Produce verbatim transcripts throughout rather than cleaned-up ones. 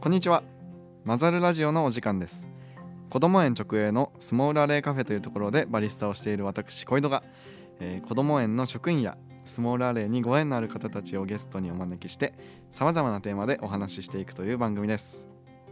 こんにちは。マザルラジオのお時間です。こども園直営のスモールアレーカフェというところでバリスタをしている私小井戸が、えー、こども園の職員やスモールアレーにご縁のある方たちをゲストにお招きしてさまざまなテーマでお話ししていくという番組です。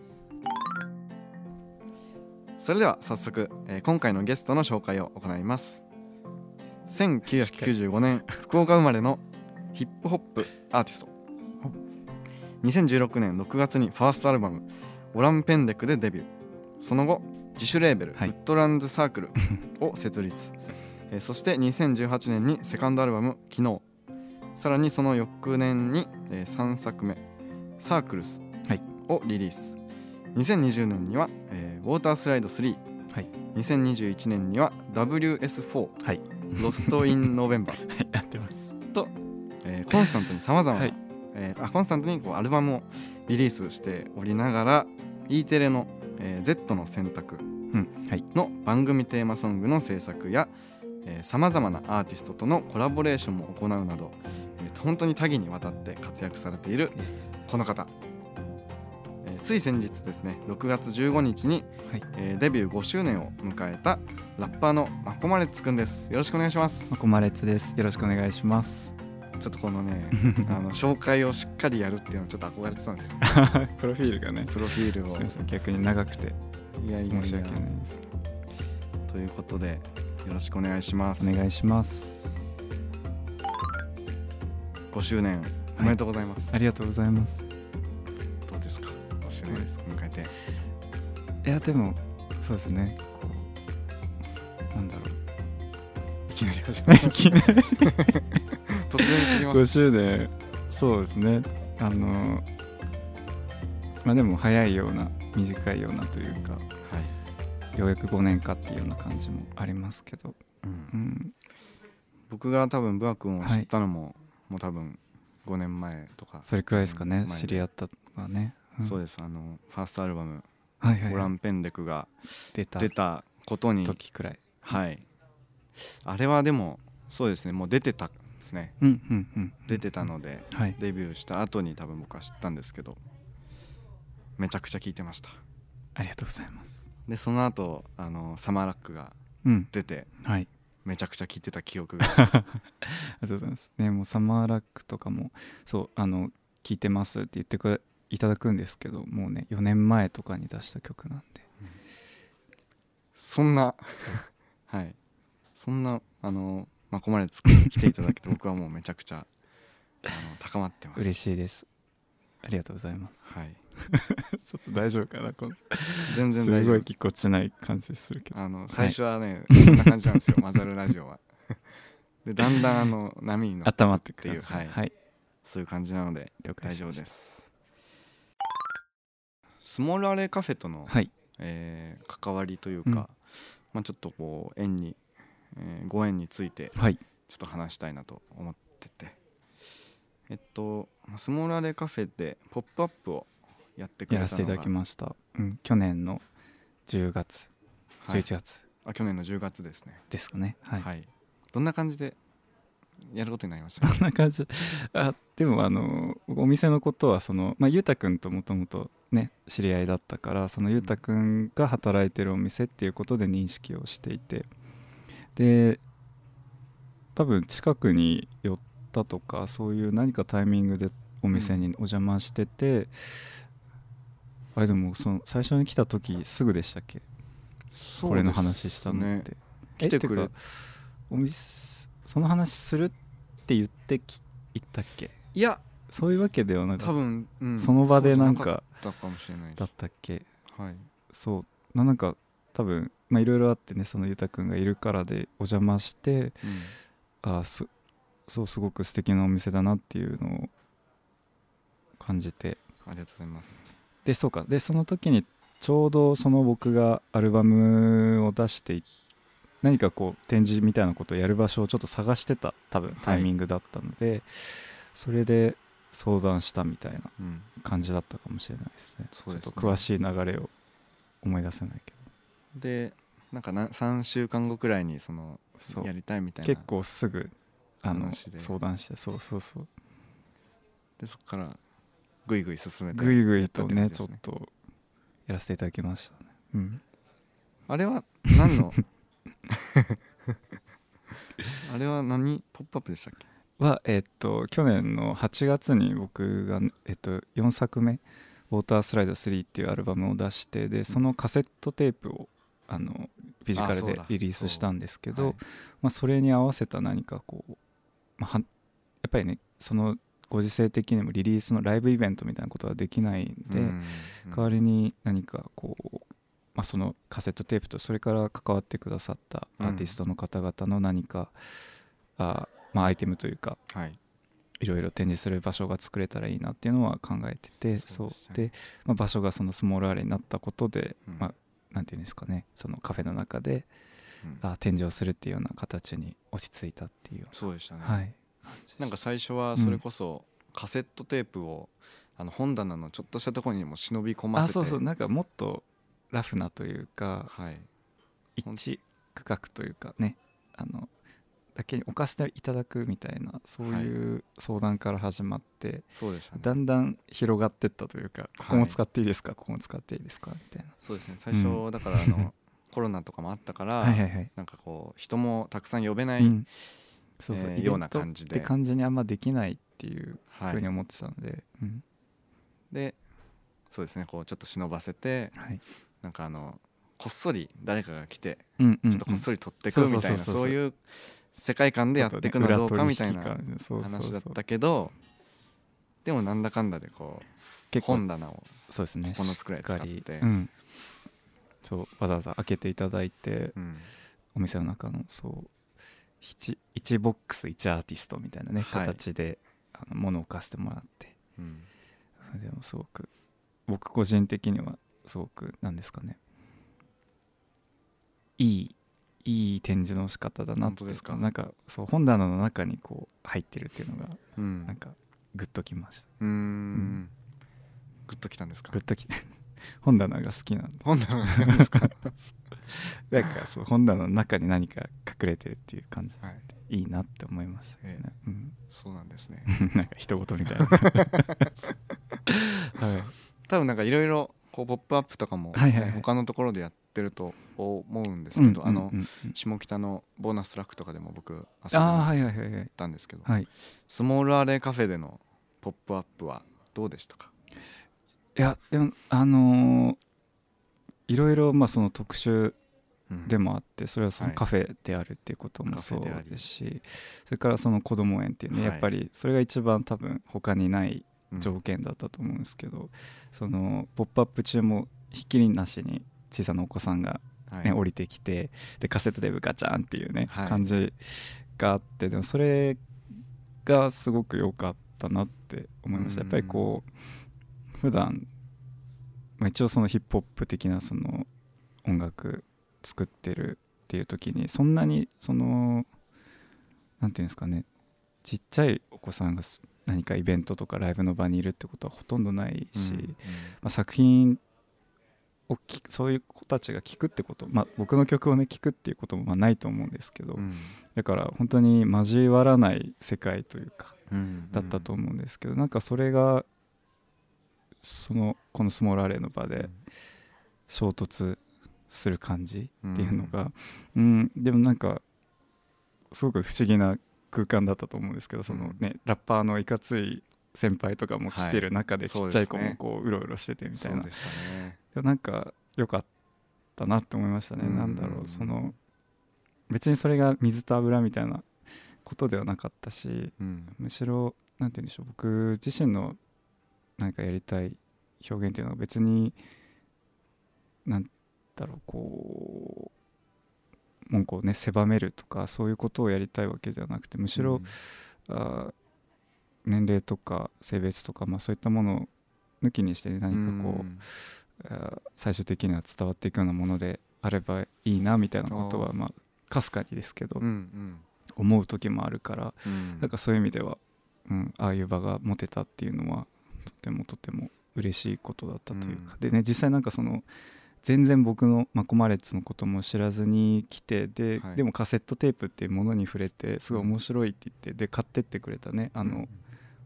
それでは早速、えー、今回のゲストの紹介を行います。せんきゅうひゃくきゅうじゅうごねん福岡生まれのヒップホップアーティスト、にせんじゅうろくねんろくがつにファーストアルバムオランペンデクでデビュー。その後自主レーベル、はい、ウッドランズサークルを設立えそしてにせんじゅうはちねんにセカンドアルバム昨日、さらにその翌年に、えー、さんさくめサークルスをリリース、はい、にせんにじゅうねんには、えー、ウォータースライドスリー、はい、にせんにじゅういちねんには ダブリューエスフォー、はい、ロストインノーベンバー、はい、やってますと、えー、コンスタントにさまざまな、はい、えー、あコンスタントにこうアルバムをリリースしておりながら E テレの、えー、Z の選択の番組テーマソングの制作やさまざまなアーティストとのコラボレーションも行うなど、えー、本当に多岐にわたって活躍されているこの方、えー、つい先日ですねろくがつじゅうごにちに、はい、えー、デビューごしゅうねんを迎えたラッパーのマコマレッツくんです。よろしくお願いします。 マコマレッツです。よろしくお願いします。 ちょっとこのねあの紹介をしっかりやるっていうのをちょっと憧れてたんですよプロフィールがねプロフィールをすいません逆に長くていやいやいや申し訳ないです。 ということでよろしくお願いします。 お願いします。 ごしゅうねんおめでとうございます、 はい、ありがとうございます。 どうですかごしゅうねんです迎えて。 いやでもそうですねこうなんだろういきなり始まりました突然すぎます。 ごしゅうねんそうですねあのまあでも早いような短いようなというか、はい、ようやくごねんかっていうような感じもありますけど、うんうん、 僕が多分ブア君を知ったのも、はい、もう多分ごねんまえとかそれくらいですかね知り合ったのはね、 うん、そうです。あのファーストアルバム、 はいはいはい、 オランペンデクが出た、 出たことに時くらい、 はい、あれはでもそうですねもう出てたんですね、 うんうんうん、 出てたので、はい、デビューした後に多分僕は知ったんですけどめちゃくちゃ聴いてました。 ありがとうございます。 でその後あのサマーラックが出て、うんはい、めちゃくちゃ聴いてた記憶がありがとうございます、ね、もうサマーラックとかもそうあの聴いてますって言ってくいただくんですけどもうねよねんまえとかに出した曲なんで、うん、 そんなはいそんなあのまこまで来ていただけて僕はもうめちゃくちゃあの高まってます。 嬉しいです。ありがとうございます。 はいちょっと大丈夫かなこの全然大丈夫。 すごいぎこちない感じするけどあの最初はね、はい、こんな感じなんですよマザルラジオはでだんだんあの波に乗って温まってくるっていう、はいはい、そういう感じなので大丈夫です。スモールアレーカフェとの、はいえー、関わりというか、うんまあ、ちょっとこう縁に、えー、ご縁についてちょっと話したいなと思ってて、はい、えっとスモールアレーカフェでポップアップをやってくれたのがやらせていただきました、うん、去年のじゅうがつ、はい、じゅういちがつあ去年のじゅうがつですねですかね、はいはい、 どんな感じでやることになりましたか？ どんな感じあでもあのお店のことはその、まあ、ゆうたくんともともとね知り合いだったからそのゆうたくんが働いてるお店っていうことで認識をしていてで多分近くに寄ったとかそういう何かタイミングでお店にお邪魔してて、うん、あれでもその最初に来た時すぐでしたっけ？これの話したのって、ね、 来てくれお店その話するって言ってき言ったっけ？ いやそういうわけではなく多分、うん、 その場でなんかだったかもしれないです。 だったっけ？ はい、 そうなんか多分まあいろいろあってねそのゆたくんがいるからでお邪魔して、うん、あすそうすごく素敵なお店だなっていうのを感じてありがとうございます。 でそうかでその時にちょうどその僕がアルバムを出して何かこう展示みたいなことをやる場所をちょっと探してた多分タイミングだったので、はい、それで相談したみたいな感じだったかもしれないですね、うん、ちょっと詳しい流れを思い出せないけどでなんかなさんしゅうかんごくらいにそのやりたいみたいな結構すぐあの相談してそうそうそうでそこからぐいぐい進めてぐいぐいとねやったて感じですちょっとやらせていただきましたね、うん、 あれは何のあれは何ポップアップでしたっけ？ はえっと去年のはちがつに僕が、えっと、よんさくめ「ウォータースライドスリー」っていうアルバムを出して、でそのカセットテープをあのフィジカルでリリースしたんですけど、 そ,、はいまあ、それに合わせた何かこう、まあ、やっぱりねそのご時世的にもリリースのライブイベントみたいなことはできないんで、うんうん、代わりに何かこう、まあ、そのカセットテープとそれから関わってくださったアーティストの方々の何か、うん、あまあ、アイテムというか、はい、いろいろ展示する場所が作れたらいいなっていうのは考えてて、そうで、まあ、場所がそのスモールアレになったことで、うんまあ、なんていうんですかね、そのカフェの中で、うん、あ展示をするっていうような形に落ち着いたっていう。 そうでしたね、 はい、 なんか最初はそれこそカセットテープを、うん、あの本棚のちょっとしたところにも忍び込ませて、 あそうそう、なんかもっとラフなというか、 はい、 一区画というかね、あのだけに置かせていただくみたいな、そういう相談から始まって、はい、 そうでしたね、 だんだん広がっていったというか、ここも使っていいですか、はい、ここも使っていいですかみたいな。 そうですね、最初、うん、だからあのコロナとかもあったからはいはい、はい、なんかこう人もたくさん呼べない、うん、そうそう、えー、ような感じでって感じにあんまできないっていうふうに思ってたので、はいうん、 でそうですね、こうちょっと忍ばせて、はい、なんかあのこっそり誰かが来て、うんうんうん、ちょっとこっそり撮ってくみたいな、そういう世界観でやっていくのはどうかみたいな話だったけど、でもなんだかんだでこう結構本棚をそうですね、 ここのつくらい使って、 うん、そうわざわざ開けていただいて、うん、お店の中のそういちボックスいちアーティストみたいなね、はい、形であの物を置かせてもらって、うん、でもすごく僕個人的にはすごくなんですかね、いいいい展示の仕方だなって。 本当ですか？ なんかそう本棚の中にこう入ってるっていうのが、うん、なんかグッときました。 うーん、うん、グッときたんですか？ グッときて本棚が好きなんで。 本棚が好きなんですか？ なんかそう本棚の中に何か隠れてるっていう感じ、はい、いいなって思いましたね、 ええうん、 そうなんですねなんか人事みたいな、はい、 多分なんかいろいろこうポップアップとかも、ねはいはいはい、他のところでやってると思うんですけど、うんうんうんうん、あの下北のボーナストラックとかでも僕遊びに行ったんですけど、はいはいはいはい、スモールアレカフェでのポップアップはどうでしたか？ いやでもあのー、いろいろまあその特集でもあって、うん、それはそのカフェであるっていうこともそうですし、はい、それからその子ども園っていうね、はい、やっぱりそれが一番多分他にない条件だったと思うんですけど、うん、そのポップアップ中もひっきりなしに小さなお子さんが、ねはい、降りてきて、でカセットでガチャンっていうね、はい、感じがあって、でもそれがすごく良かったなって思いました。やっぱりこう普段、まあ、一応そのヒップホップ的なその音楽作ってるっていう時にそんなにそのなんていうんですかね、ちっちゃいお子さんが何かイベントとかライブの場にいるってことはほとんどないし、うんうんまあ、作品をそういう子たちが聴くってこと、まあ、僕の曲をね聴くっていうこともまあないと思うんですけど、うん、だから本当に交わらない世界というか、うんうん、だったと思うんですけど、なんかそれがそのこのスモールアレイの場で衝突する感じっていうのが、うん、うん、でもなんかすごく不思議な空間だったと思うんですけど、そのね、うん、ラッパーのいかつい先輩とかも来てる中で、はい、ちっちゃい子もこううろうろしててみたいな、 そうでしたね。 でなんか良かったなって思いましたね。うん、なんだろう、その別にそれが水と油みたいなことではなかったし、うん、むしろなんて言うんでしょう、僕自身の何かやりたい表現っていうのは別になんだろう、こう文句をね狭めるとかそういうことをやりたいわけではなくて、むしろ、うん、あ年齢とか性別とか、まあ、そういったものを抜きにして、ね、何かこう、うん、最終的には伝わっていくようなものであればいいなみたいなことはまあかすかにですけど、うんうん、思う時もあるから、うん、なんかそういう意味では、うん、ああいう場が持てたっていうのはとてもとても嬉しいことだったというか、うん、でね、実際なんかその全然僕のマコマレッツのことも知らずに来て、で、はい、でもカセットテープっていうものに触れてすごい面白いって言って、で買ってってくれたね、あの、うん、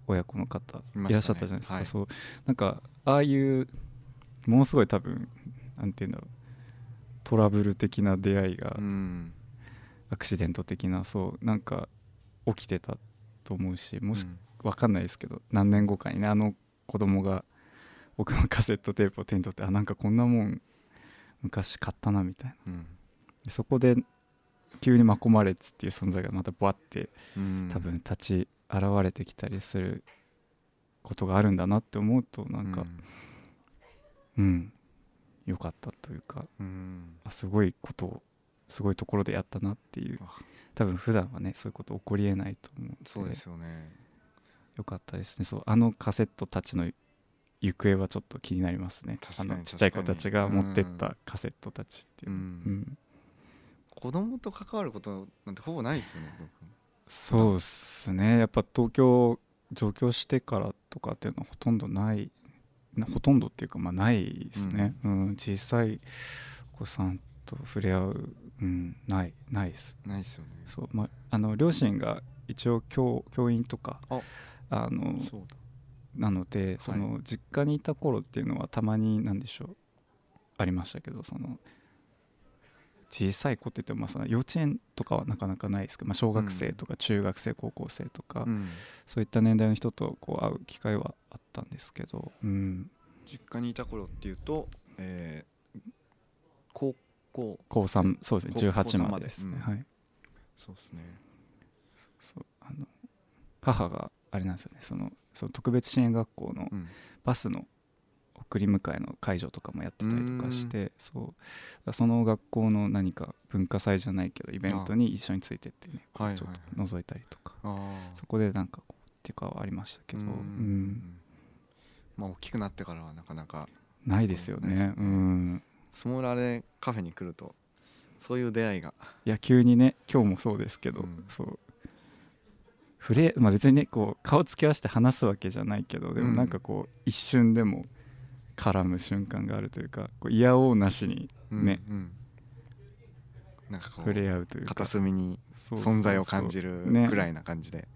親子の方いましたねいらっしゃったじゃないですか、 はいそうなんかああいうものすごい多分なんていうんだろうトラブル的な出会いが、 うんアクシデント的なそうなんか起きてたと思うし、もし、 うんわかんないですけど何年後かにねあの子供が僕のカセットテープを手に取ってあなんかこんなもん昔買ったなみたいな、 うんでそこで急にマコマレッツっていう存在がまたバッてうん多分立ち現れてきたりすることがあるんだなって思うとなんかうん良、かったというか、 うんあすごいことをすごいところでやったなっていう、 あ多分普段はねそういうこと起こりえないと思うのでそうですよね。 よかったですね。そうあのカセットたちの行方はちょっと気になりますね。 確かにあのちっちゃい子たちが持ってったカセットたちっていうう、 んうん子供と関わることなんてほぼないですよね僕。 そうっすね。やっぱ東京上京してからとかっていうのはほとんどないなほとんどっていうかまあないですね、うん小さいお子さんと触れ合う、うん、ないないですないですよね。 そう、まあ、あの両親が一応教、教員とかああのそうだなので、その実家にいた頃っていうのはたまに何でしょうありましたけど、その小さい子って言ってもまあその幼稚園とかはなかなかないですけど、まあ、小学生とか中学生、高校生とか、 うんそういった年代の人とこう会う機会はあったんですけど、うん、 実家にいた頃っていうと、えー、高校高さんそうですね高じゅうはち高さんまでですね、 うんはいそうですね。 そうあの母があれなんですよね、そのその特別支援学校のうんバスの送り迎えの介助とかもやってたりとかして、そうその学校の何か文化祭じゃないけどイベントに一緒についてってねこうちょっと覗いたりとか、 あそこでなんかこうっていうかはありましたけど、 うんうんまあ大きくなってからはなかなかないですよね。 ないですよねうんスモーラーでカフェに来るとそういう出会いが野球にね今日もそうですけど、 うんそう触れ、まあ、別にねこう顔つき合わせて話すわけじゃないけどでもなんかこう一瞬でも絡む瞬間があるというか、こういやおうなしにね、 うんうんなんかこ触れう合うというか片隅にそうそうそう存在を感じるねぐらいな感じで、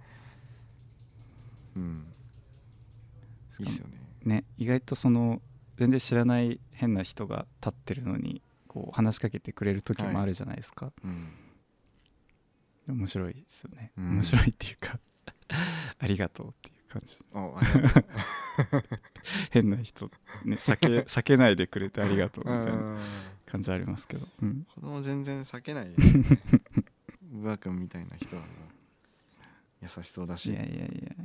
うんいいっすよね。 ね、意外とその全然知らない変な人が立ってるのにこう話しかけてくれる時もあるじゃないですか、 うん面白いですよね、 うん面白いっていうかありがとうっていう感じ、 おありがとう変な人ね避け避けないでくれてありがとうみたいなうん感じありますけど、うん、 子供全然避けないですよねブア君みたいな人はもう優しそうだし。 いやいやいや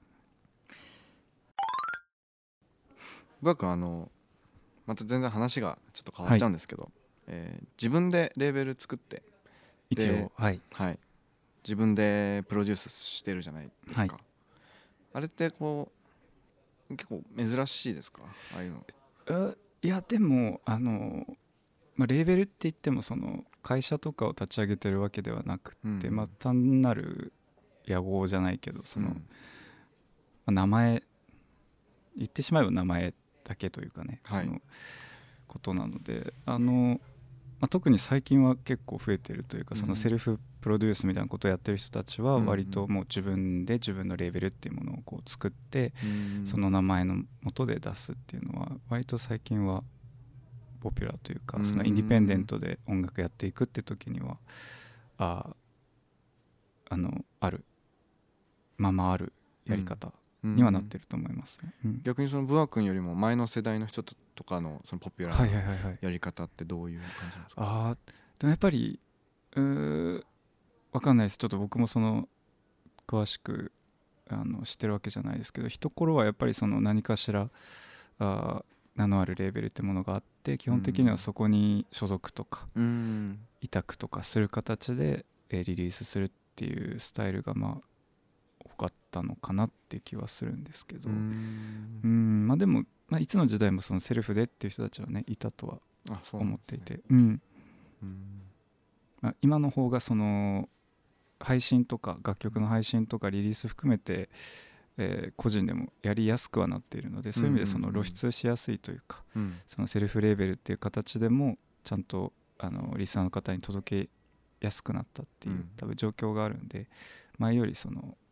ブア君あのまた全然話がちょっと変わっちゃうんですけど、えー自分でレーベル作って一応はいはい自分でプロデュースしてるじゃないですか、 はいあれってこう結構珍しいですかああいうの。 えいやでもあの、まあ、レーベルって言ってもその会社とかを立ち上げてるわけではなくて、 うんまあ、単なる野号じゃないけどその、 うんまあ名前言ってしまえば名前だけというかね、 はいそのことなのであの、まあ、特に最近は結構増えてるというか、 うんそのセルフプロデュースみたいなことをやってる人たちはうんうん割ともう自分で自分のレーベルっていうものをこう作って、 うんその名前の元で出すっていうのは割と最近はポピュラーというか、 うんそのインディペンデントで音楽やっていくって時にはああのあるままあるやり方にはなってると思いますね、うん逆にそのブア君よりも前の世代の人とかのそのポピュラはいーなはいはいはいやり方ってどういう感じなんですか。 あーでもやっぱりうーわかんないです、ちょっと僕もその詳しくあの知ってるわけじゃないですけど、一頃はやっぱりその何かしらあ名のあるレーベルってものがあって、基本的にはそこに所属とかうん委託とかする形で、えーリリースするっていうスタイルがまあ多かったのかなって気はするんですけど、 ううんんまあでも、まあ、いつの時代もそのセルフでっていう人たちはねいたとはあそうなん思っですねていて、うんうんまあ、今の方がその配信とか楽曲の配信とかリリース含めて、えー個人でもやりやすくはなっているので、そういう意味でその露出しやすいというか、 うんそのセルフレーベルっていう形でもちゃんとあのリスナーの方に届けやすくなったっていう、 うん多分状況があるんで、前よりその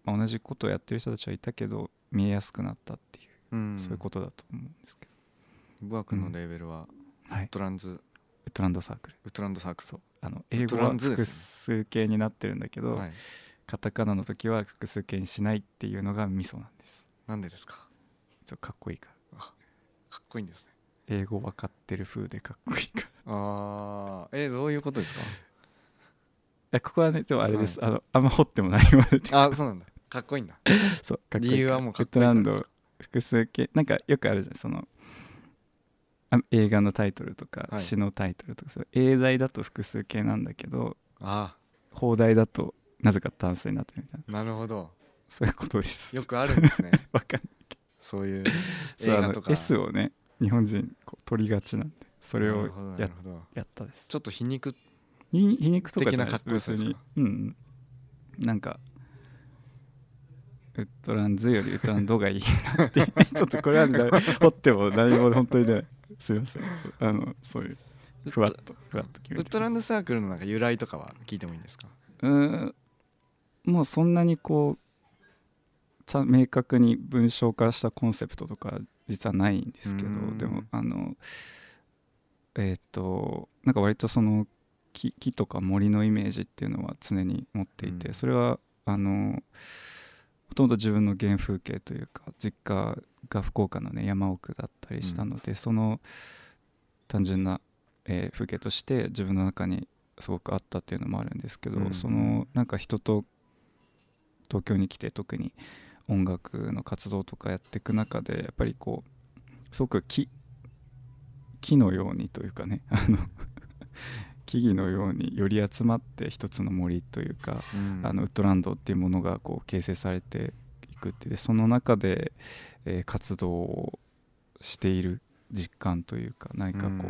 まあ同じことをやってる人たちはいたけど見えやすくなったっていう、 うん、 そういうことだと思うんですけど。 ブア君のレーベルはウッドランズ、 はい、ウッドランドサークル。 ウッドランドサークル、 そう、あの英語は複数形になってるんだけど、 はい、 カタカナの時は複数形にしないっていうのがミソなんです。 なんでですか？ ちょっとかっこいいから。 あ、かっこいいんですね。 英語分かってる風でかっこいいから。 ああ、えー、どういうことですか？ えここはねでもあれです、 はい、 あのあんま掘っても何も出てあ、そうなんだ、かっこいいんだ。 そうかっこいい。 理由はもうかっこいいウッドランド複数形なんかよくあるじゃん、そのあ映画のタイトルとか、はい、詩のタイトルとか、そう英題だと複数形なんだけど、 あ邦題だとなぜか単数になってるみたいな。なるほど、 そういうことです。 よくあるんですね。 わかんないけどそういう映画とか S をね日本人こう取りがちなんで、それを や, やったです。 ちょっと皮肉皮肉とかじゃないです、別に。うん、なんかウッドランズよりウッドランドがいいなってちょっとこれは、ね、掘っても何も本当にね、すいません、あのそういうふわっとふわっと決めて。 ウッドランドサークルのなんか由来とかは聞いてもいいんですか？ うーん、もうそんなにこうちゃ明確に文章化したコンセプトとか実はないんですけど、でもあのえっ、ー、となんか割とその 木, 木とか森のイメージっていうのは常に持っていて、うん、それはあのもともと自分の原風景というか実家が福岡のね山奥だったりしたので、うん、その単純な、えー、風景として自分の中にすごくあったっていうのもあるんですけど、うん、そのなんか人と東京に来て特に音楽の活動とかやっていく中でやっぱりこうすごく木木のようにというかねあの木々のようにより集まって一つの森というか、うん、あのウッドランドっていうものがこう形成されていくってで、その中で、えー、活動をしている実感というか、何かこう、うん、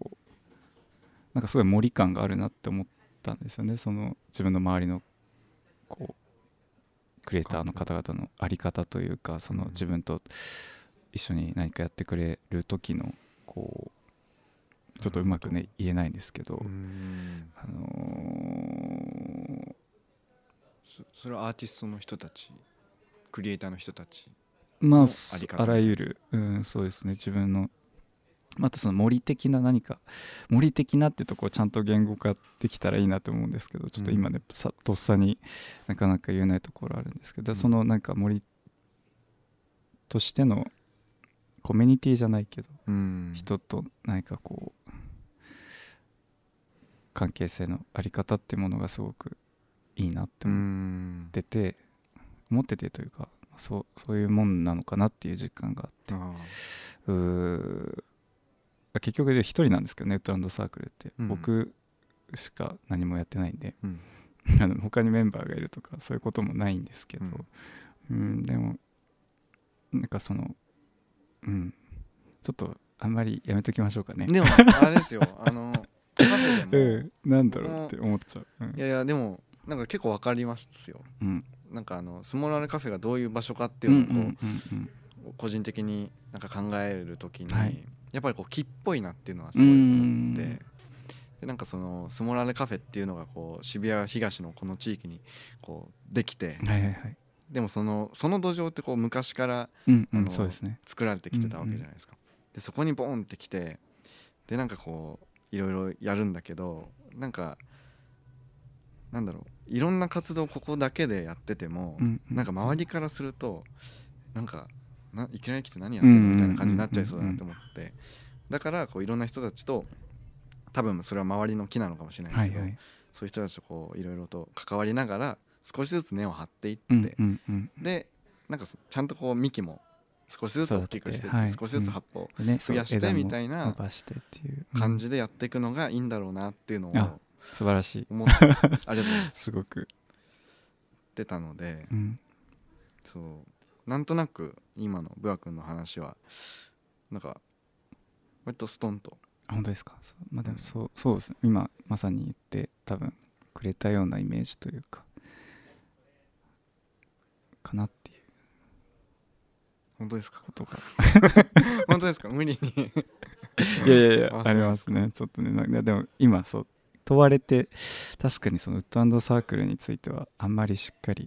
なんかすごい森感があるなって思ったんですよね。その自分の周りのこうクリエイターの方々の在り方というか、その自分と一緒に何かやってくれる時のこうちょっとうまくね言えないんですけど、 うん、 あのー、 そ, それはアーティストの人たち、クリエイターの人たちまああらゆる、うん、そうですね、自分のまたその森的な何か森的なってとこをちゃんと言語化できたらいいなと思うんですけど、ちょっと今ね、うん、さとっさになかなか言えないところあるんですけど、うん、そのなんか森としてのコミュニティじゃないけど、うん、人と何かこう関係性のあり方っていうものがすごくいいなって思ってて、思っててというか、そう、そういうもんなのかなっていう実感があって、あうー結局で一人なんですけどね、ウッドランドサークルって、うん、僕しか何もやってないんで、うん、あの他にメンバーがいるとかそういうこともないんですけど、うん、うんでもなんかそのうんちょっとあんまりやめときましょうかね。 でもあれですよあのカフェでも、 うん、なんだろうって思っちゃう、うん、 いやいやでもなんか結構わかりますよ、うん、なんかあのスモールアルカフェがどういう場所かっていうのをこう、うんうんうんうん、個人的になんか考えるときに、はい、やっぱりこう木っぽいなっていうのはすごい思って、でなんかそのスモールアルカフェっていうのがこう渋谷東のこの地域にこうできて、はいはいはい、でもそのその土壌ってこう昔から、うんうん、あのそうですね、作られてきてたわけじゃないですか、うんうん、でそこにボーンってきて、でなんかこういろいろやるんだけど、なんかなんだろう、いろんな活動をここだけでやってても、うんうん、なんか周りからするとなんかないきなり来て何やってるのみたいな感じになっちゃいそうだなと思って、だからこういろんな人たちと、多分それは周りの木なのかもしれないですけど、はいはい、そういう人たちとこういろいろと関わりながら少しずつ根を張っていって、うんうんうん、でなんかちゃんとこう幹も少しずつ大きくしていって、はい、少しずつ葉っぱを増やしてみたいな感じでやっていくのがいいんだろうなっていうのを、うん、 素晴らしい思ってありがとうございますすごく出たので、うん、そうなんとなく今のブア君の話はなんか割とストンと、 本当ですか。そう、まあ、でもそう、そうですね、今まさに言って多分くれたようなイメージというかかなっていう。 本当ですか。 ことが本当ですか。無理にいやいやいやありますね、ちょっとね。でも今そう問われて確かにそのウッド&サークルについてはあんまりしっかり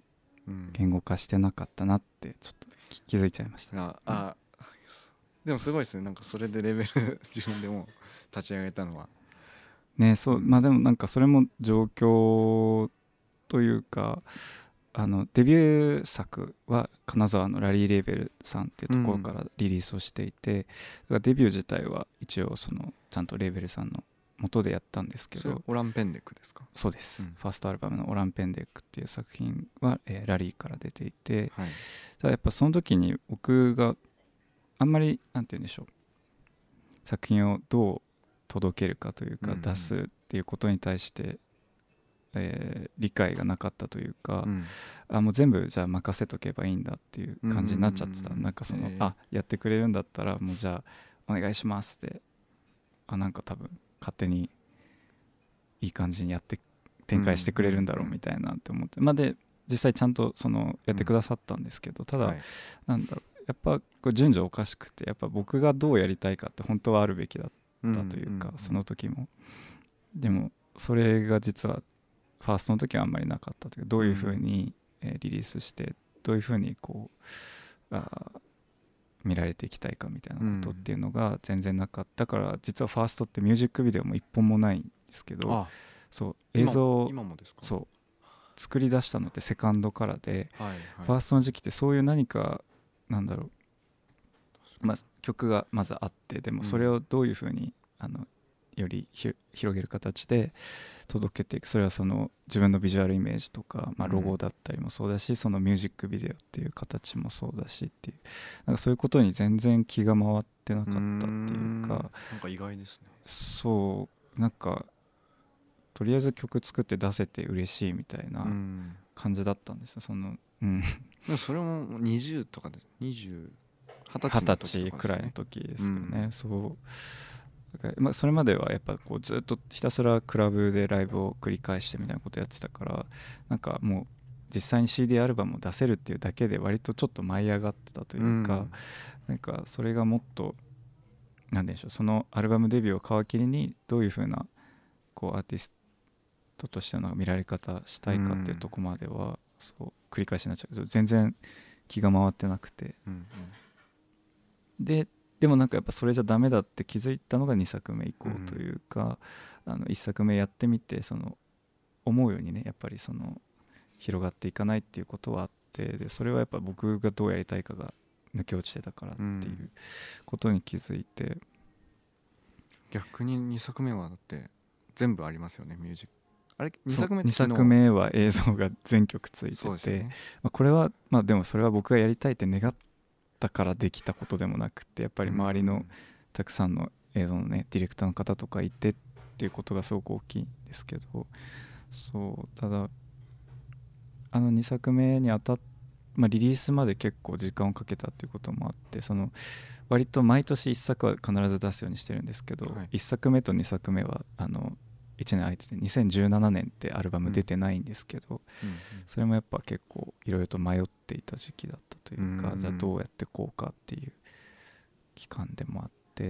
言語化してなかったなってちょっと気づいちゃいました。 ああ、うん、でもすごいですね。なんかそれでレベル自分でも立ち上げたのはね。そう、うん、まあでもなんかそれも状況というか、あのデビュー作は金沢のラリーレーベルさんっていうところからリリースをしていて、うん、だからデビュー自体は一応そのちゃんとレーベルさんの元でやったんですけど。 オランペンデックですか？ そうです、うん、ファーストアルバムのオランペンデックっていう作品は、えー、ラリーから出ていて、はい、ただやっぱその時に僕があんまりなんて言うんでしょう、作品をどう届けるかというか、うんうん、出すっていうことに対して、えー、理解がなかったというか、うん、あもう全部じゃあ任せとけばいいんだっていう感じになっちゃってた、うんうんうん、なんかその、えー、あやってくれるんだったらもうじゃあお願いしますって、あなんか多分勝手にいい感じにやって展開してくれるんだろうみたいなって思って、まあで実際ちゃんとそのやってくださったんですけど、ただなんだろう、やっぱこう順序おかしくて、やっぱ僕がどうやりたいかって本当はあるべきだったというか、その時もでもそれが実はファーストの時はあんまりなかったというか、どういうふうにリリースしてどういうふうにこうあ見られていきたいかみたいなことっていうのが全然なかったから、実はファーストってミュージックビデオも一本もないんですけど、あそう映像今もですか？ そう作り出したのってセカンドからで、 はいはい、 ファーストの時期ってそういう何かなんだろう、まあ、曲がまずあって、でもそれをどういうふうに、うん、あのよりひ広げる形で届けていく、それはその自分のビジュアルイメージとか、まあ、ロゴだったりもそうだし、うん、そのミュージックビデオっていう形もそうだしっていう、なんかそういうことに全然気が回ってなかったっていうか、 なんか意外ですね。 そうなんかとりあえず曲作って出せて嬉しいみたいな感じだったんですよ。その、うん、 でもそれもにじゅうとかでにじゅう、はたちの時、ね、くらいの時ですよね、うん、そうだから、まあ、それまではやっぱこうずっとひたすらクラブでライブを繰り返してみたいなことやってたから、なんかもう実際に シーディー アルバムを出せるっていうだけで割とちょっと舞い上がってたというか、うん、なんかそれがもっとなんでしょう、そのアルバムデビューを皮切りにどういう風なこうアーティストとしての見られ方したいかっていうとこまではそう繰り返しになっちゃうけど、全然気が回ってなくて、うんうん、ででもなんかやっぱそれじゃダメだって気づいたのがにさくめ以降というか、うん、あのいっさくめやってみて、その思うようにねやっぱりその広がっていかないっていうことはあって、でそれはやっぱ僕がどうやりたいかが抜け落ちてたからっていうことに気づいて、うん、 逆ににさくめはだって全部ありますよね、ミュージック。あれにさくめにさくめは映像が全曲ついてて、ね、まあ、これはまあでもそれは僕がやりたいって願ったからできたことでもなくて、やっぱり周りのたくさんの映像のねディレクターの方とかいてっていうことがすごく大きいんですけど、そうただあのにさくめにあたっ、まあ、リリースまで結構時間をかけたっていうこともあって、その割と毎年いっさくは必ず出すようにしてるんですけど、はい、いっさくめとにさくめはあのいちねん空いててにせんじゅうななねんってアルバム出てないんですけど、うんうんうん、それもやっぱ結構いろいろと迷っていた時期だったというか、うんうん、じゃあどうやってこうかっていう期間でもあって、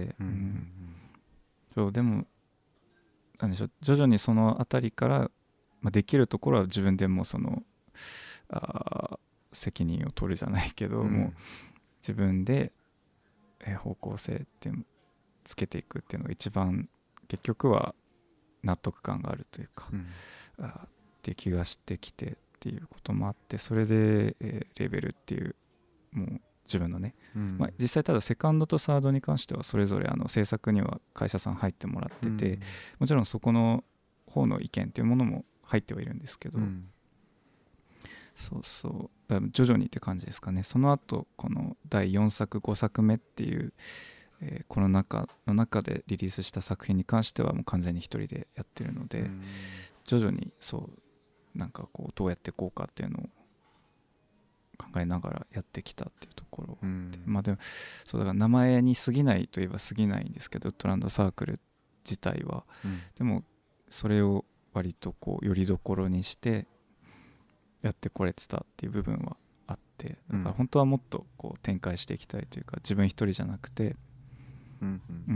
うんうんうん、そうでもなんでしょう、徐々にそのあたりから、まあ、できるところは自分でもそのあ責任を取るじゃないけど、うん、もう自分で方向性ってつけていくっていうのが一番結局は納得感があるというか、うん、あっていう気がしてきてっていうこともあって、それで、えー、レベルっていうもう自分のね、うん、まあ、実際ただセカンドとサードに関してはそれぞれあの制作には会社さん入ってもらってて、うん、もちろんそこの方の意見っていうものも入ってはいるんですけど、うん、そうそう徐々にって感じですかね。その後このだいよんさくごさくめっていうえー、コロナ禍の中でリリースした作品に関してはもう完全に一人でやってるので、うん、徐々にそうなんかこうどうやっていこうかっていうのを考えながらやってきたっていうところで、うん、まあでもそうだから名前に過ぎないといえば過ぎないんですけど、ウッドランドサークル自体は、うん、でもそれを割とこうよりどころにしてやってこれてたっていう部分はあって、だから本当はもっとこう展開していきたいというか、自分一人じゃなくてうんうん、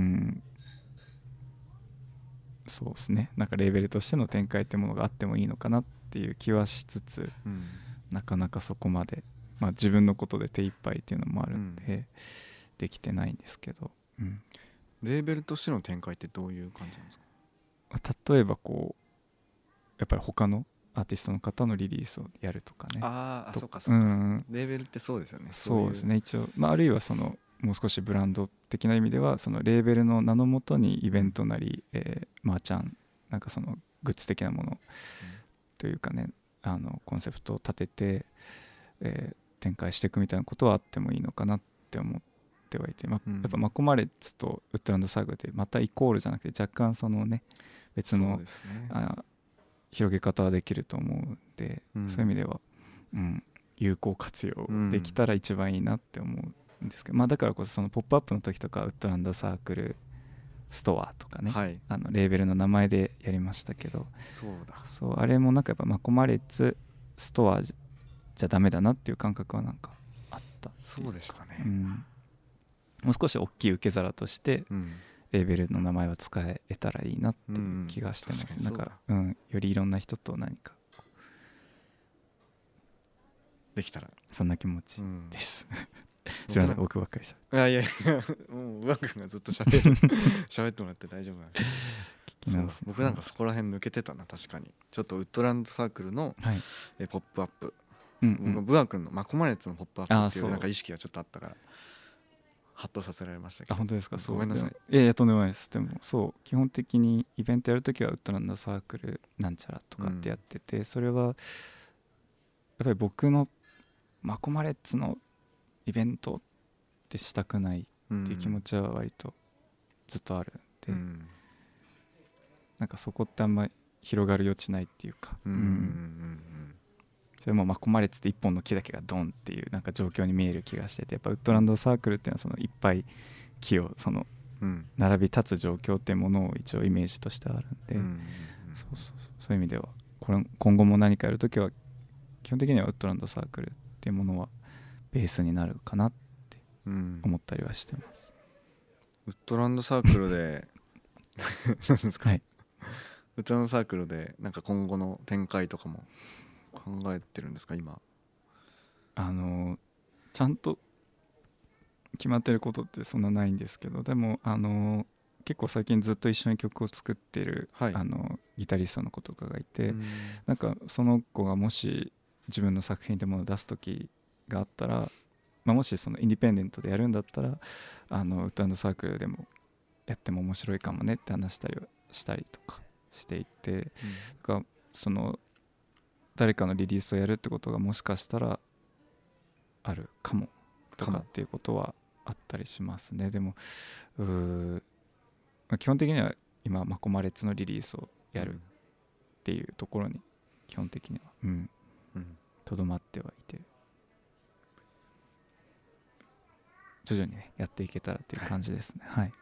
そうですね、なんかレーベルとしての展開ってものがあってもいいのかなっていう気はしつつ、うん、 なかなかそこまで、まあ、自分のことで手一杯っていうのもあるんで、 うん、 できてないんですけど、うん、 レーベルとしての展開ってどういう感じなんですか？ 例えばこうやっぱり他のアーティストの方のリリースをやるとかね。 あーあ、 とそうかそうか、 うん、 レーベルってそうですよね。 そうですね。 ね一応、まあ、あるいはそのもう少しブランド的な意味ではそのレーベルの名のもとにイベントなり、うんえー、マーチャンなんかそのグッズ的なものというかねあのコンセプトを立てて、えー、展開していくみたいなことはあってもいいのかなって思ってはいて、ま、 うん、 やっぱマコマレッツとウッドランドサークルってまたイコールじゃなくて若干そのね別の、 そうですね、 あ広げ方はできると思うんで、 うん、 そういう意味では、うん、有効活用できたら一番いいなって思うんですけど、うんまあ、だからこそそのポップアップの時とかウッドランドサークルストアとかね、 はい、 あのレーベルの名前でやりましたけど、 そうだ、 そうあれもなんかやっぱマコマレッツストアじゃダメだなっていう感覚はなんかあったそうでしたね、 うん、もう少し大きい受け皿としてうんレーベルの名前は使えたらいいなっていう気がしてます、うん、なんか、うん、よりいろんな人と何かできたらそんな気持ちです、うん、すいません僕ばっかりしゃべいやいやいやもう宇和君がずっとしゃべる喋ってもらって大丈夫なんですそう僕なんかそこら辺抜けてたな。確かにちょっとウッドランドサークルの、はい、えポップアップ、うんうん、僕ブア君のマコマレッツのポップアップっていうなんか意識がちょっとあったからハッとさせられましたけど。 あ本当ですか。そうごめんなさい。 いやいやとんでもないです。でもそう基本的にイベントやるときはウッドランドサークルなんちゃらとかってやってて、うん、それはやっぱり僕のマコマレッツのイベントってしたくないっていう気持ちは割とずっとあるんで、うん、なんかそこってあんまり広がる余地ないっていうか、うんうんうんうん、それもマコマレッツって一本の木だけがドンっていうなんか状況に見える気がしてて、やっぱウッドランドサークルっていうのはそのいっぱい木をその並び立つ状況っていうものを一応イメージとしてあるんで、うんうんうん、そうそうそうそういう意味ではこれ今後も何かやるときは基本的にはウッドランドサークルっていうものはベースになるかなって思ったりはしてます、 うん、ウッドランドサークルで何ですか、はい、ウッドランドサークルでなんか今後の展開とかも考えてるんですか今？ あのちゃんと決まってることってそんなないんですけど、でもあの結構最近ずっと一緒に曲を作ってる、はい、あのギタリストの子とかがいて、うん、なんかその子がもし自分の作品でものを出す時があったら、まあ、もしそのインディペンデントでやるんだったらあのウッドランドサークルでもやっても面白いかもねって話したりしたりとかしていて、うん、だからその誰かのリリースをやるってことがもしかしたらあるかもとかっていうことはあったりしますね。でもうー基本的には今マコマレッツのリリースをやるっていうところに基本的にはうんとどまってはいて、徐々にねやっていけたらっていう感じですね。はい、はい、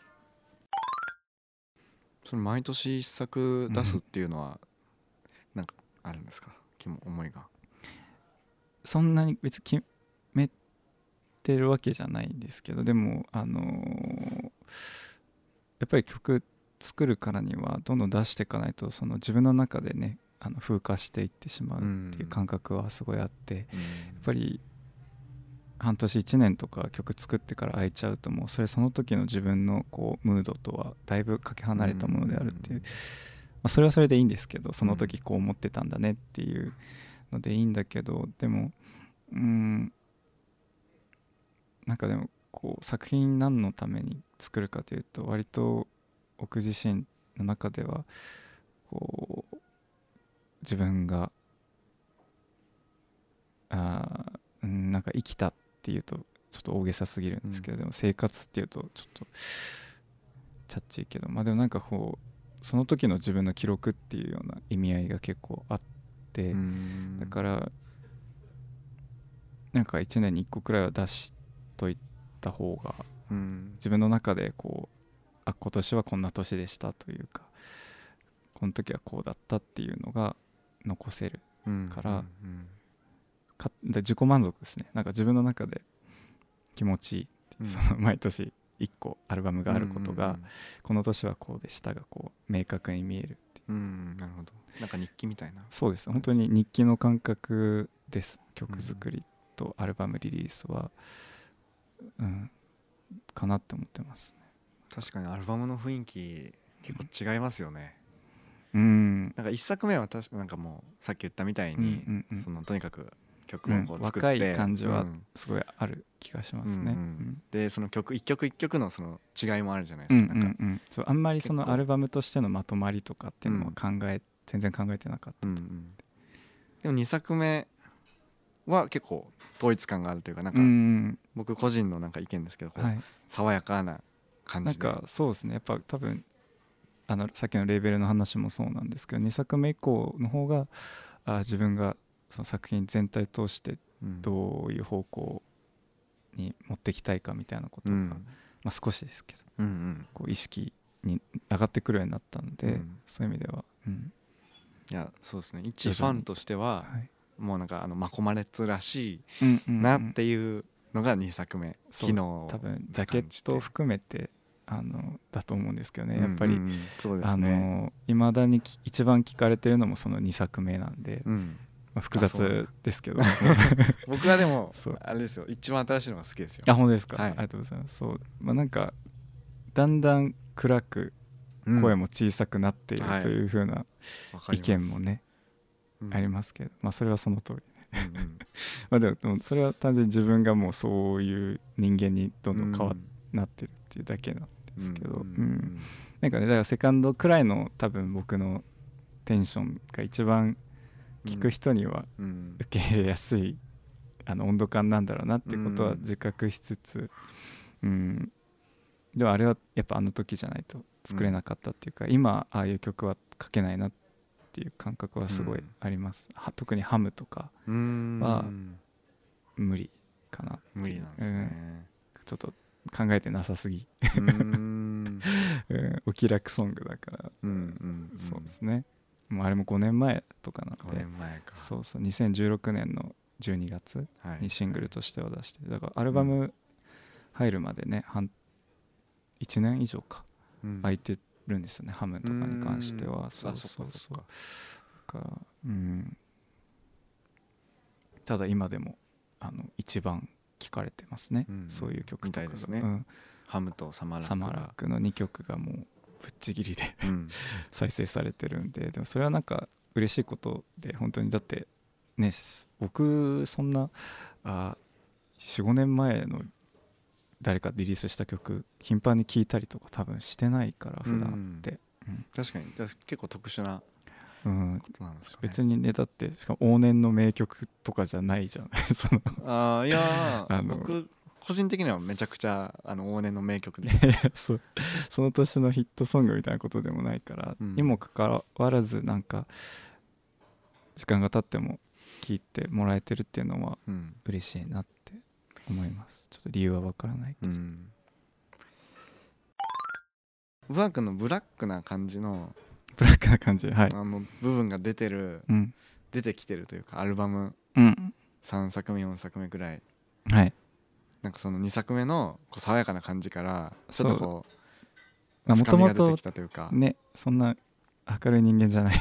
その毎年一作出すっていうのはなんかあるんですか、思いが？ そんなに別に決めてるわけじゃないんですけど、でもあのー、やっぱり曲作るからにはどんどん出していかないとその自分の中でねあの風化していってしまうっていう感覚はすごいあって、やっぱり半年いちねんとか曲作ってから空いちゃうともうそれその時の自分のこうムードとはだいぶかけ離れたものであるっていう、まあ、それはそれでいいんですけど、その時こう思ってたんだねっていうのでいいんだけど、でもうーんなんかでもこう作品何のために作るかというと割と僕自身の中ではこう自分があなんか生きたっていうとちょっと大げさすぎるんですけど、うん、でも生活っていうとちょっとチャッチーけど、まあでもなんかこうその時の自分の記録っていうような意味合いが結構あって、だからなんかいちねんにいっこくらいは出しといた方が自分の中でこうあ今年はこんな年でしたというかこの時はこうだったっていうのが残せるから、うんうんうんかで自己満足ですね。なんか自分の中で気持ちいい、うん、その毎年いっこアルバムがあることが、うんうんうん、この年はこうでしたがこう明確に見えるっていう、 うん、なるほど。なんか日記みたいな。 そうです本当に日記の感覚です。曲作りとアルバムリリースは、うん、かなって思ってますね。 確かにアルバムの雰囲気結構違いますよね。 うん、 なんかいっさくめは確かなんかもうさっき言ったみたいに、 うんうんうん、 そのとにかく曲をこう作って、 うん、若い感じはうんすごいある気がしますね。 うんうんうんでその曲一曲一曲のその違いもあるじゃないですか。なんか、 うんうんうん、そうあんまりその結構アルバムとしてのまとまりとかっていうのは考え、全然考えてなかったと、 うんうん、でもにさくめは結構統一感があるというか、なんかうん、 僕個人のなんか意見ですけど、こう、 はい、 爽やかな感じで、 なんかそうですね、やっぱ多分あのさっきのレーベルの話もそうなんですけど、にさくめ以降の方があ自分がその作品全体通してどういう方向に持っていきたいかみたいなことが、うんまあ、少しですけど、うんうん、こう意識に上がってくるようになったので、うん、そういう意味では、うん、 いやそうですね、一ファンとしては、はい、もうなんかあのマコマレッツらしいなっていうのがにさくめ、昨日多分ジャケットを含めてあのだと思うんですけどね、やっぱり、うんうん、そうですね、いまだに一番聞かれてるのもそのにさくめなんで、うんまあ、複雑ですけど僕はでもあれですよ、一番新しいのが好きですよ。 あ、本当ですか、 はい、 ありがとうございます。そう、まあ、なんかだんだん暗く声も小さくなっているという風な意見もね、うん、ありますけど、まあ、それはその通りね、うんうん、まあでも、でもそれは単純に自分がもうそういう人間にどんどん変わってなってるっていうだけなんですけど、うんうんうん、なんかね、だからセカンドくらいの多分僕のテンションが一番聞く人には受け入れやすいあの温度感なんだろうなっていうことは自覚しつつ、うん、でもあれはやっぱあの時じゃないと作れなかったっていうか、うん、今ああいう曲は書けないなっていう感覚はすごいあります、うん、特にハムとかは無理かな。 無理なんですね、うん、 ちょっと考えてなさすぎうーんお気楽ソングだから、うんうんうん、そうですね、もうあれもごねんまえとかなんで、 ごねんまえか、 そうそうにせんじゅうろくねんのじゅうにがつにシングルとしては出して、だからアルバム入るまでね、半いちねん以上か、うん、空いてるんですよね、ハムとかに関しては。そうそうそうかか、うん、ただ今でもあの一番聴かれてますね、うん、そういう曲とかですね、うん、ハムとサマラックサマラックのにきょくがもうぶっちぎりで、うん、再生されてるんで、でもそれはなんか嬉しいことで、本当にだってね、僕そんなあ よん,ご 年前の誰かリリースした曲頻繁に聴いたりとか多分してないから普段って、 うんうん、確かに結構特殊なことなんですかね、 うん、別にね、だってしかも往年の名曲とかじゃないじゃないそのあいやあの僕個人的にはめちゃくちゃあの往年の名曲でそ, その年のヒットソングみたいなことでもないから、うん、にもかかわらずなんか時間が経っても聴いてもらえてるっていうのは嬉しいなって思います。ちょっと理由はわからないけど、うん、 ブラックのブラックな感じのブラックな感じ、はい、 あの部分が出てる、うん、出てきてるというか、アルバムさんさくめよんさくめくらい、はい、なんかそのにさくめのこう爽やかな感じからちょっとこう深みが出てきたというか、 ね、そんな明るい人間じゃない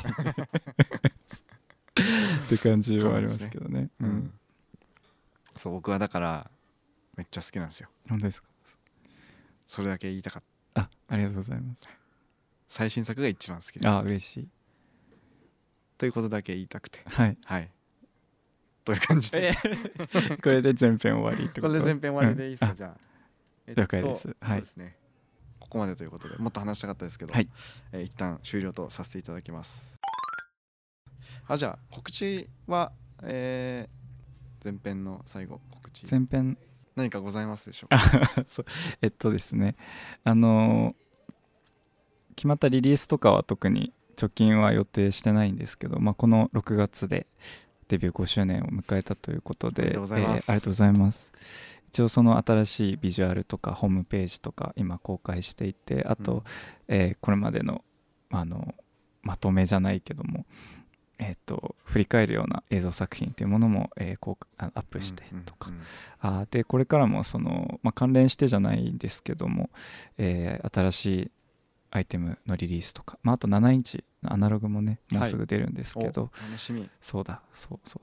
って感じはありますけどね。 そう、ねうん、そう僕はだからめっちゃ好きなんですよ。 本当ですか。 それだけ言いたかった。 あ、ありがとうございます。 最新作が一番好きです。 あ、嬉しいということだけ言いたくて、 はい、 はい、という感じでこれで前編終わりってこと。 これで前編終わりでいいですか、うん、じゃあ、 えっと、了解です、はい、 そうですね、ここまでということでもっと話したかったですけど、 はい、 えー、一旦終了とさせていただきます。あ、じゃあ告知は、えー、前編の最後告知前編何かございますでしょうか。 そうえっとですねあのー決まったリリースとかは特に直近は予定してないんですけど、まあ、このろくがつでデビューごしゅうねんを迎えたということで、 ありがとうございます、 えー、ありがとうございます。一応その新しいビジュアルとかホームページとか今公開していて、あと、うんえー、これまでの、あのまとめじゃないけども、えー、と振り返るような映像作品というものも、えー、こうアップしてとか、うんうんうん、あでこれからもその、まあ、関連してじゃないんですけども、えー、新しいアイテムのリリースとか、まあ、あとななインチのアナログもねもうすぐ出るんですけど、 はい、楽しみ。 そうだそうそうそう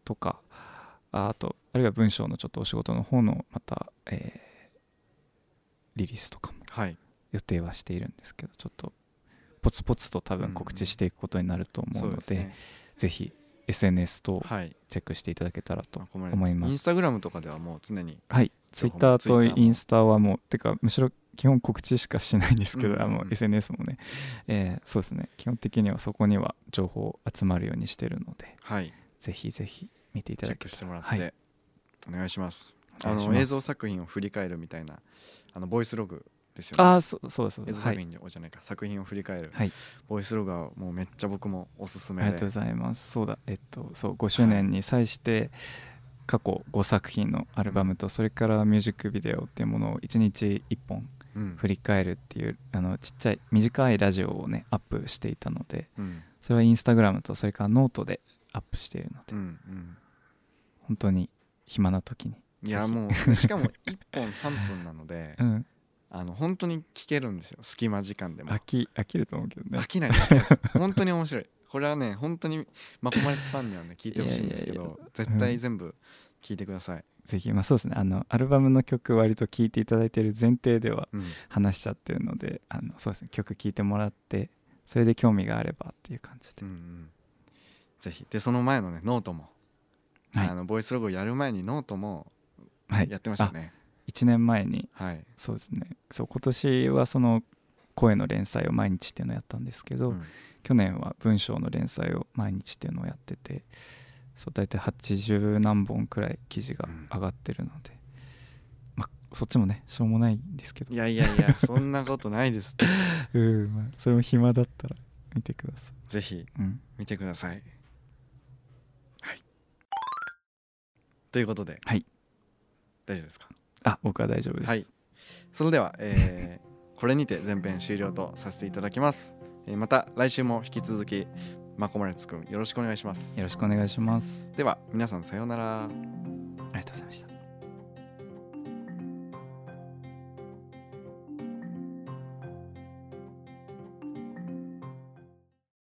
とか、ああとあるいは文章のちょっとお仕事の方のまた、えー、リリースとかも予定はしているんですけど、ちょっとポツポツと多分告知していくことになると思うので、うんうんね、ぜひ エスエヌエス とチェックしていただけたらと思います。 インスタグラムとかではもう常に、 はい、ツイッターとインスタはもうてかむしろ基本告知しかしないんですけど、うんうん、あの エスエヌエス もね、えー、そうですね、基本的にはそこには情報集まるようにしてるので、 はい、 ぜひぜひ見ていただけたらチェックしてもらって、はい、お願いします。あの映像作品を振り返るみたいなあのボイスログですよね。 ああ、そうそうです。 映像作品じゃないか、はい、作品を振り返る、 はい、 ボイスログはもうめっちゃ僕もおすすめで。 ありがとうございます。そうだ、えっとそうごしゅうねんに際して過去ごさく品のアルバムと、それからミュージックビデオっていうものをいちにちいっぽん振り返るっていう、うん、あのちっちゃい短いラジオをねアップしていたので、うん、それはインスタグラムとそれからノートでアップしているので、うんうん、本当に暇な時に、 いやもうしかもいっぽんさんぷんなので、うん、あの本当に聞けるんですよ、隙間時間でも。 飽き飽きると思うけどね。 飽きないです本当に面白い。これはね本当にマコマレツファンにはね聞いてほしいんですけど、いやいやいや、絶対全部聞いてください、うん、 ぜひ。まあそうですね、あのアルバムの曲割と聴いていただいている前提では話しちゃってるので、うん、あのそうですね、曲聴いてもらってそれで興味があればっていう感じで、うんうん、 ぜひ。でその前のねノートも、はい、あのボイスログをやる前にノートもやってましたね、はい、 いちねんまえに、 はい、 そうですね、そう今年はその声の連載を毎日っていうのをやったんですけど、うん、去年は文章の連載を毎日っていうのをやってて、そう大体はちじゅうなんぼんくらい記事が上がってるので、うん、まあ、そっちもねしょうもないんですけど、 いやいやいやそんなことないですうん、まあ、それも暇だったら見てください。 ぜひ見てください、うん、はい、ということで、 はい、 大丈夫ですか？ あ、僕は大丈夫です。 はい、それでは、えー、これにて前編終了とさせていただきます。えー、また来週も引き続きマコマレツくんよろしくお願いします。 よろしくお願いします。 では皆さんさようなら。ありがとうございました。